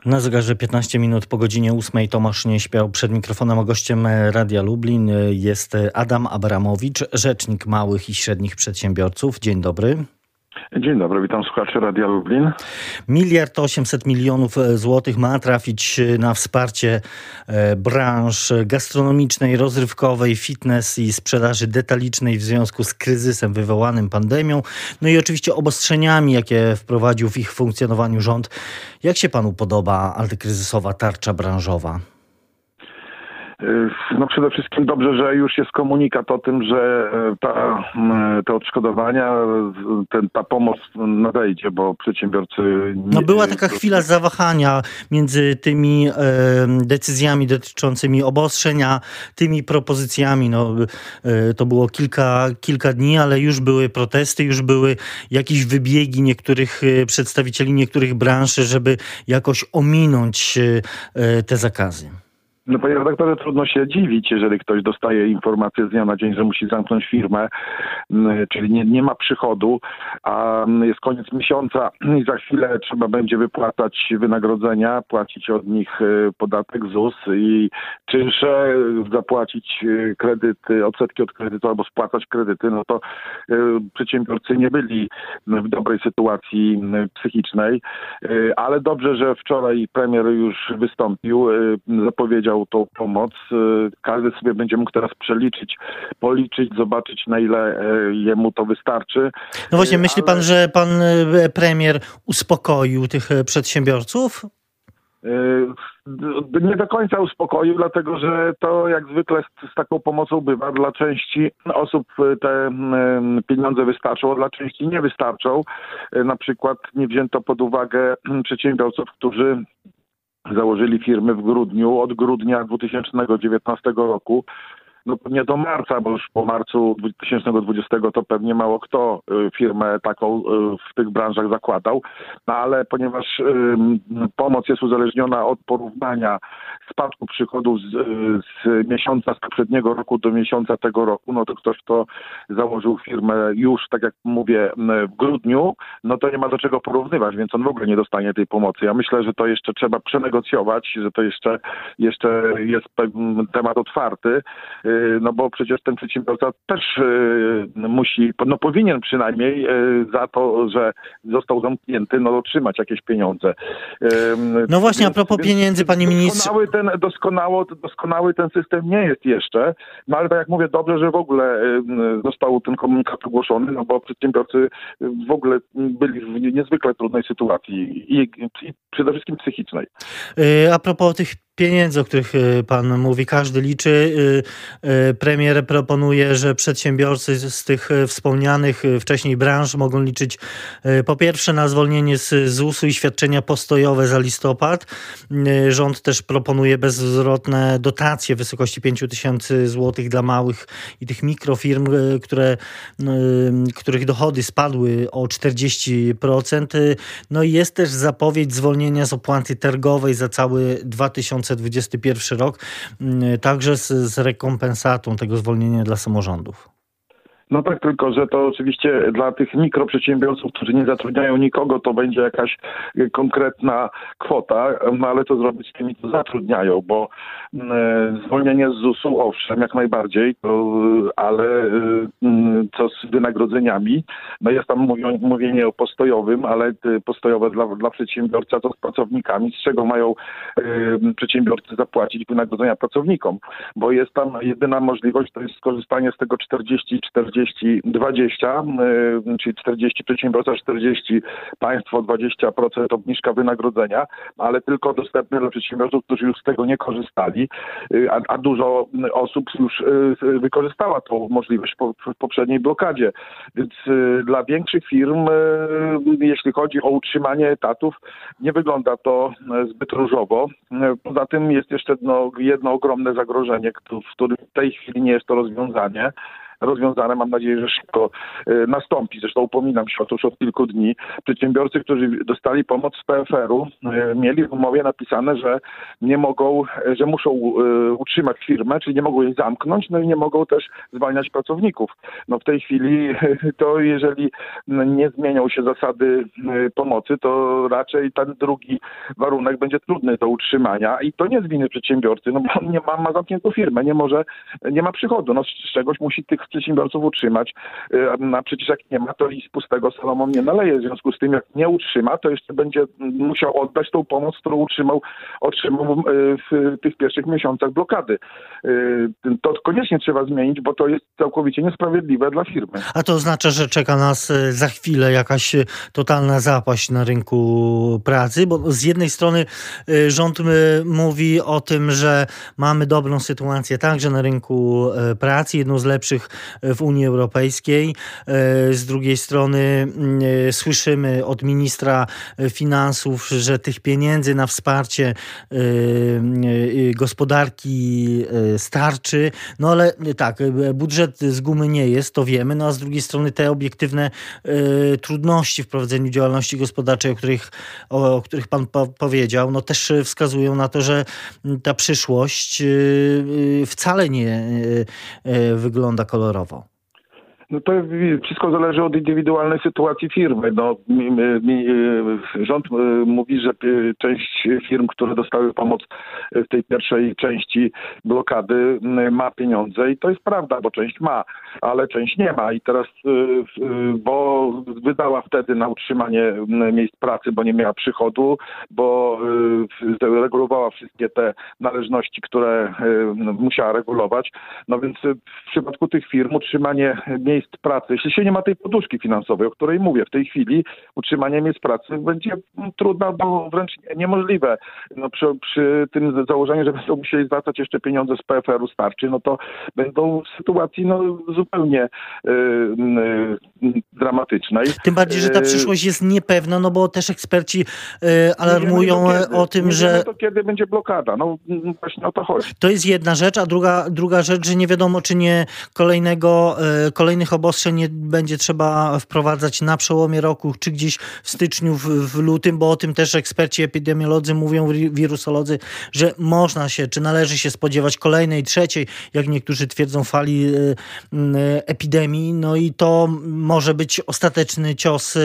Na zegarze 15 minut po godzinie 8 Tomasz nie śpiał przed mikrofonem, a gościem Radia Lublin jest Adam Abramowicz, rzecznik małych i średnich przedsiębiorców. Dzień dobry. Dzień dobry, witam słuchaczy Radia Lublin. 1,8 mld złotych ma trafić na wsparcie branż gastronomicznej, rozrywkowej, fitness i sprzedaży detalicznej w związku z kryzysem wywołanym pandemią. No i oczywiście obostrzeniami, jakie wprowadził w ich funkcjonowaniu rząd. Jak się panu podoba antykryzysowa tarcza branżowa? No przede wszystkim dobrze, że już jest komunikat o tym, że te odszkodowania, ta pomoc nadejdzie, bo przedsiębiorcy... No była taka chwila zawahania między tymi decyzjami dotyczącymi obostrzeń, a tymi propozycjami. No, to było kilka dni, ale już były protesty, już były jakieś wybiegi niektórych przedstawicieli niektórych branż, żeby jakoś ominąć te zakazy. No panie redaktorze, trudno się dziwić, jeżeli ktoś dostaje informację z dnia na dzień, że musi zamknąć firmę, czyli nie ma przychodu, a jest koniec miesiąca i za chwilę trzeba będzie wypłacać wynagrodzenia, płacić od nich podatek ZUS i czynsze, zapłacić kredyty, odsetki od kredytu albo spłacać kredyty, no to przedsiębiorcy nie byli w dobrej sytuacji psychicznej, ale dobrze, że wczoraj premier już wystąpił, zapowiedział tą pomoc. Każdy sobie będzie mógł teraz policzyć, zobaczyć, na ile jemu to wystarczy. No właśnie, myśli pan, że pan premier uspokoił tych przedsiębiorców? Nie do końca uspokoił, dlatego że to jak zwykle z taką pomocą bywa. Dla części osób te pieniądze wystarczą, a dla części nie wystarczą. Na przykład nie wzięto pod uwagę przedsiębiorców, którzy założyli firmy od grudnia 2019 roku. No nie do marca, bo już po marcu 2020 to pewnie mało kto firmę taką w tych branżach zakładał. No ale ponieważ pomoc jest uzależniona od porównania spadku przychodów z miesiąca z poprzedniego roku do miesiąca tego roku, no to ktoś, kto założył firmę już, tak jak mówię, w grudniu, no to nie ma do czego porównywać, więc on w ogóle nie dostanie tej pomocy. Ja myślę, że to jeszcze trzeba przenegocjować, że to jeszcze jest temat otwarty. No bo przecież ten przedsiębiorca też powinien przynajmniej za to, że został zamknięty, otrzymać jakieś pieniądze. No właśnie, a propos pieniędzy, panie ministrze. Doskonały ten system nie jest jeszcze, no ale tak jak mówię, dobrze, że w ogóle został ten komunikat ogłoszony, no bo przedsiębiorcy w ogóle byli w niezwykle trudnej sytuacji i przede wszystkim psychicznej. A propos tych pieniędzy, o których pan mówi, każdy liczy. Premier proponuje, że przedsiębiorcy z tych wspomnianych wcześniej branż mogą liczyć po pierwsze na zwolnienie z ZUS-u i świadczenia postojowe za listopad. Rząd też proponuje bezzwrotne dotacje w wysokości 5 000 złotych dla małych i tych mikrofirm, których dochody spadły o 40%. No i jest też zapowiedź zwolnienia z opłaty targowej za cały 2021 rok, także z rekompensatą tego zwolnienia dla samorządów. No tak, tylko że to oczywiście dla tych mikroprzedsiębiorców, którzy nie zatrudniają nikogo, to będzie jakaś konkretna kwota, no ale co zrobić z tymi, co zatrudniają, bo zwolnienie z ZUS-u, owszem, jak najbardziej, ale co z wynagrodzeniami? No jest tam mówienie o postojowym, ale postojowe dla przedsiębiorca to z pracownikami, z czego mają przedsiębiorcy zapłacić wynagrodzenia pracownikom, bo jest tam jedyna możliwość, to jest skorzystanie z tego 40-20, czyli 40 przedsiębiorca, 40 państwo, 20% obniżka wynagrodzenia, ale tylko dostępne dla przedsiębiorców, którzy już z tego nie korzystali, a dużo osób już wykorzystała tą możliwość w poprzedniej blokadzie. Więc dla większych firm, jeśli chodzi o utrzymanie etatów, nie wygląda to zbyt różowo. Poza tym jest jeszcze jedno ogromne zagrożenie, w którym w tej chwili nie jest to rozwiązanie. rozwiązane. Mam nadzieję, że szybko nastąpi. Zresztą upominam się o to już od kilku dni. Przedsiębiorcy, którzy dostali pomoc z PFR-u, mieli w umowie napisane, że nie mogą, że muszą utrzymać firmę, czyli nie mogą jej zamknąć, no i nie mogą też zwalniać pracowników. No w tej chwili to jeżeli nie zmienią się zasady pomocy, to raczej ten drugi warunek będzie trudny do utrzymania i to nie z winy przedsiębiorcy, no bo on ma zamkniętą firmę, nie ma przychodu, no z czegoś musi tych przedsiębiorców utrzymać, a przecież jak nie ma, to i z pustego Salomon nie naleje, w związku z tym jak nie utrzyma, to jeszcze będzie musiał oddać tą pomoc, którą otrzymał w tych pierwszych miesiącach blokady. To koniecznie trzeba zmienić, bo to jest całkowicie niesprawiedliwe dla firmy. A to oznacza, że czeka nas za chwilę jakaś totalna zapaść na rynku pracy, bo z jednej strony rząd mówi o tym, że mamy dobrą sytuację także na rynku pracy, jedną z lepszych w Unii Europejskiej. Z drugiej strony słyszymy od ministra finansów, że tych pieniędzy na wsparcie gospodarki starczy. No ale tak, budżet z gumy nie jest, to wiemy, no a z drugiej strony te obiektywne trudności w prowadzeniu działalności gospodarczej, o których pan powiedział, no też wskazują na to, że ta przyszłość wcale nie wygląda kolorowo. No to wszystko zależy od indywidualnej sytuacji firmy. No, rząd mówi, że część firm, które dostały pomoc w tej pierwszej części blokady, ma pieniądze i to jest prawda, bo część ma, ale część nie ma i teraz, bo wydała wtedy na utrzymanie miejsc pracy, bo nie miała przychodu, bo regulowała wszystkie te należności, które musiała regulować. No więc w przypadku tych firm utrzymanie miejsc pracy, jeśli się nie ma tej poduszki finansowej, o której mówię, w tej chwili utrzymanie miejsc pracy będzie trudne, bo wręcz niemożliwe. No przy tym założeniu, że będą musieli zwracać jeszcze pieniądze z PFR-u starczy, no to będą w sytuacji zupełnie dramatycznej. Tym bardziej, że ta przyszłość jest niepewna, no bo też eksperci alarmują o tym, że... Nie wiemy to, kiedy będzie blokada. No właśnie o to chodzi. To jest jedna rzecz, a druga rzecz, że nie wiadomo, czy nie kolejnych obostrzeń nie będzie trzeba wprowadzać na przełomie roku, czy gdzieś w styczniu, w lutym, bo o tym też eksperci epidemiolodzy mówią, wirusolodzy, że można się, czy należy się spodziewać kolejnej, trzeciej, jak niektórzy twierdzą, fali epidemii. No i to może być ostateczny cios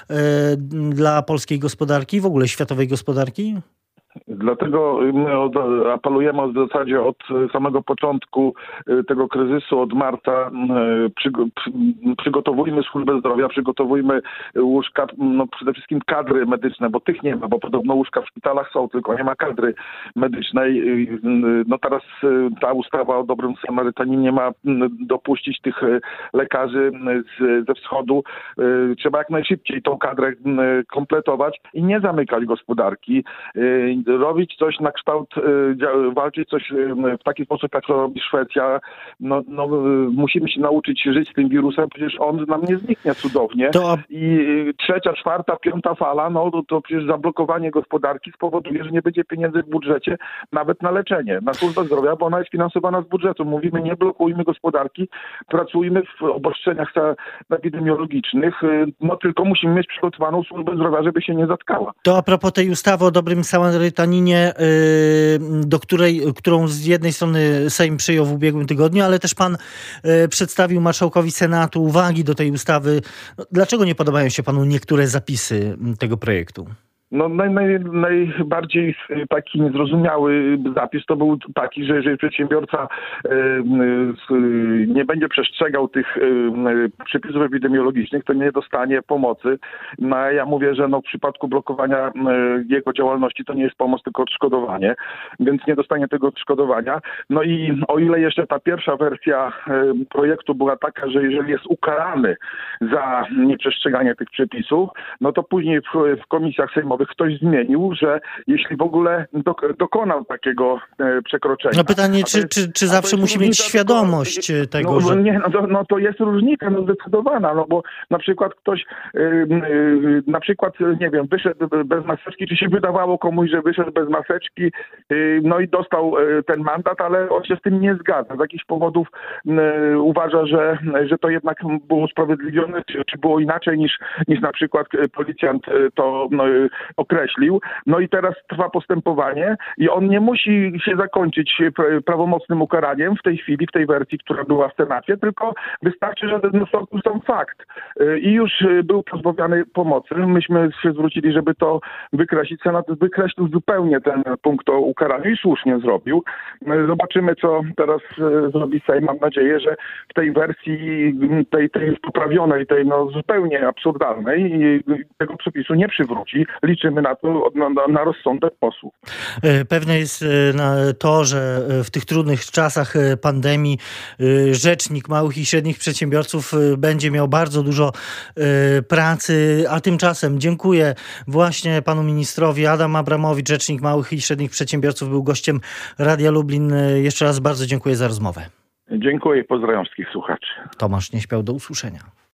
dla polskiej gospodarki, w ogóle światowej gospodarki? Dlatego my apelujemy w zasadzie od samego początku tego kryzysu, od marca, przygotowujmy służbę zdrowia, przygotowujmy łóżka, no przede wszystkim kadry medyczne, bo tych nie ma, bo podobno łóżka w szpitalach są, tylko nie ma kadry medycznej. No teraz ta ustawa o dobrym Samarytaninie ma dopuścić tych lekarzy ze wschodu. Trzeba jak najszybciej tą kadrę kompletować i nie zamykać gospodarki. Robić coś na kształt, walczyć coś w taki sposób, jak to robi Szwecja. Musimy się nauczyć żyć z tym wirusem, przecież on nam nie zniknie cudownie. I trzecia, czwarta, piąta fala, to przecież zablokowanie gospodarki spowoduje, że nie będzie pieniędzy w budżecie nawet na leczenie, na służbę zdrowia, bo ona jest finansowana z budżetu. Mówimy, nie blokujmy gospodarki, pracujmy w obostrzeniach epidemiologicznych, tylko musimy mieć przygotowaną służbę zdrowia, żeby się nie zatkała. To a propos tej ustawy o dobrym Samarytaninie, którą z jednej strony Sejm przyjął w ubiegłym tygodniu, ale też pan przedstawił marszałkowi Senatu uwagi do tej ustawy. Dlaczego nie podobają się panu niektóre zapisy tego projektu? Najbardziej taki niezrozumiały zapis to był taki, że jeżeli przedsiębiorca nie będzie przestrzegał tych przepisów epidemiologicznych, to nie dostanie pomocy. Ja mówię, że w przypadku blokowania jego działalności to nie jest pomoc, tylko odszkodowanie, więc nie dostanie tego odszkodowania. No i o ile jeszcze ta pierwsza wersja projektu była taka, że jeżeli jest ukarany za nieprzestrzeganie tych przepisów, no to później w komisjach sejmowych finansowych ktoś zmienił, że jeśli w ogóle dokonał takiego przekroczenia. No pytanie, czy zawsze musi mieć świadomość tego, że... Nie, to jest różnica zdecydowana, bo na przykład ktoś, nie wiem, wyszedł bez maseczki, czy się wydawało komuś, że wyszedł bez maseczki, no i dostał ten mandat, ale on się z tym nie zgadza. Z jakichś powodów uważa, że to jednak było usprawiedliwione, czy było inaczej niż na przykład policjant to określił. No i teraz trwa postępowanie i on nie musi się zakończyć prawomocnym ukaraniem w tej chwili, w tej wersji, która była w Senacie, tylko wystarczy, że nastąpił sam fakt. I już był pozbawiony pomocy. Myśmy się zwrócili, żeby to wykreślić. Senat wykreślił zupełnie ten punkt o ukaraniu i słusznie zrobił. Zobaczymy, co teraz zrobi Sejm. Mam nadzieję, że w tej wersji, tej poprawionej, tej zupełnie absurdalnej, tego przepisu nie przywróci. Liczymy na to, na rozsądek posłów. Pewne jest to, że w tych trudnych czasach pandemii rzecznik małych i średnich przedsiębiorców będzie miał bardzo dużo pracy, a tymczasem dziękuję właśnie panu ministrowi. Adam Abramowicz, rzecznik małych i średnich przedsiębiorców, był gościem Radia Lublin. Jeszcze raz bardzo dziękuję za rozmowę. Dziękuję, pozdrawiam wszystkich słuchaczy. Tomasz Nieśpiał, do usłyszenia.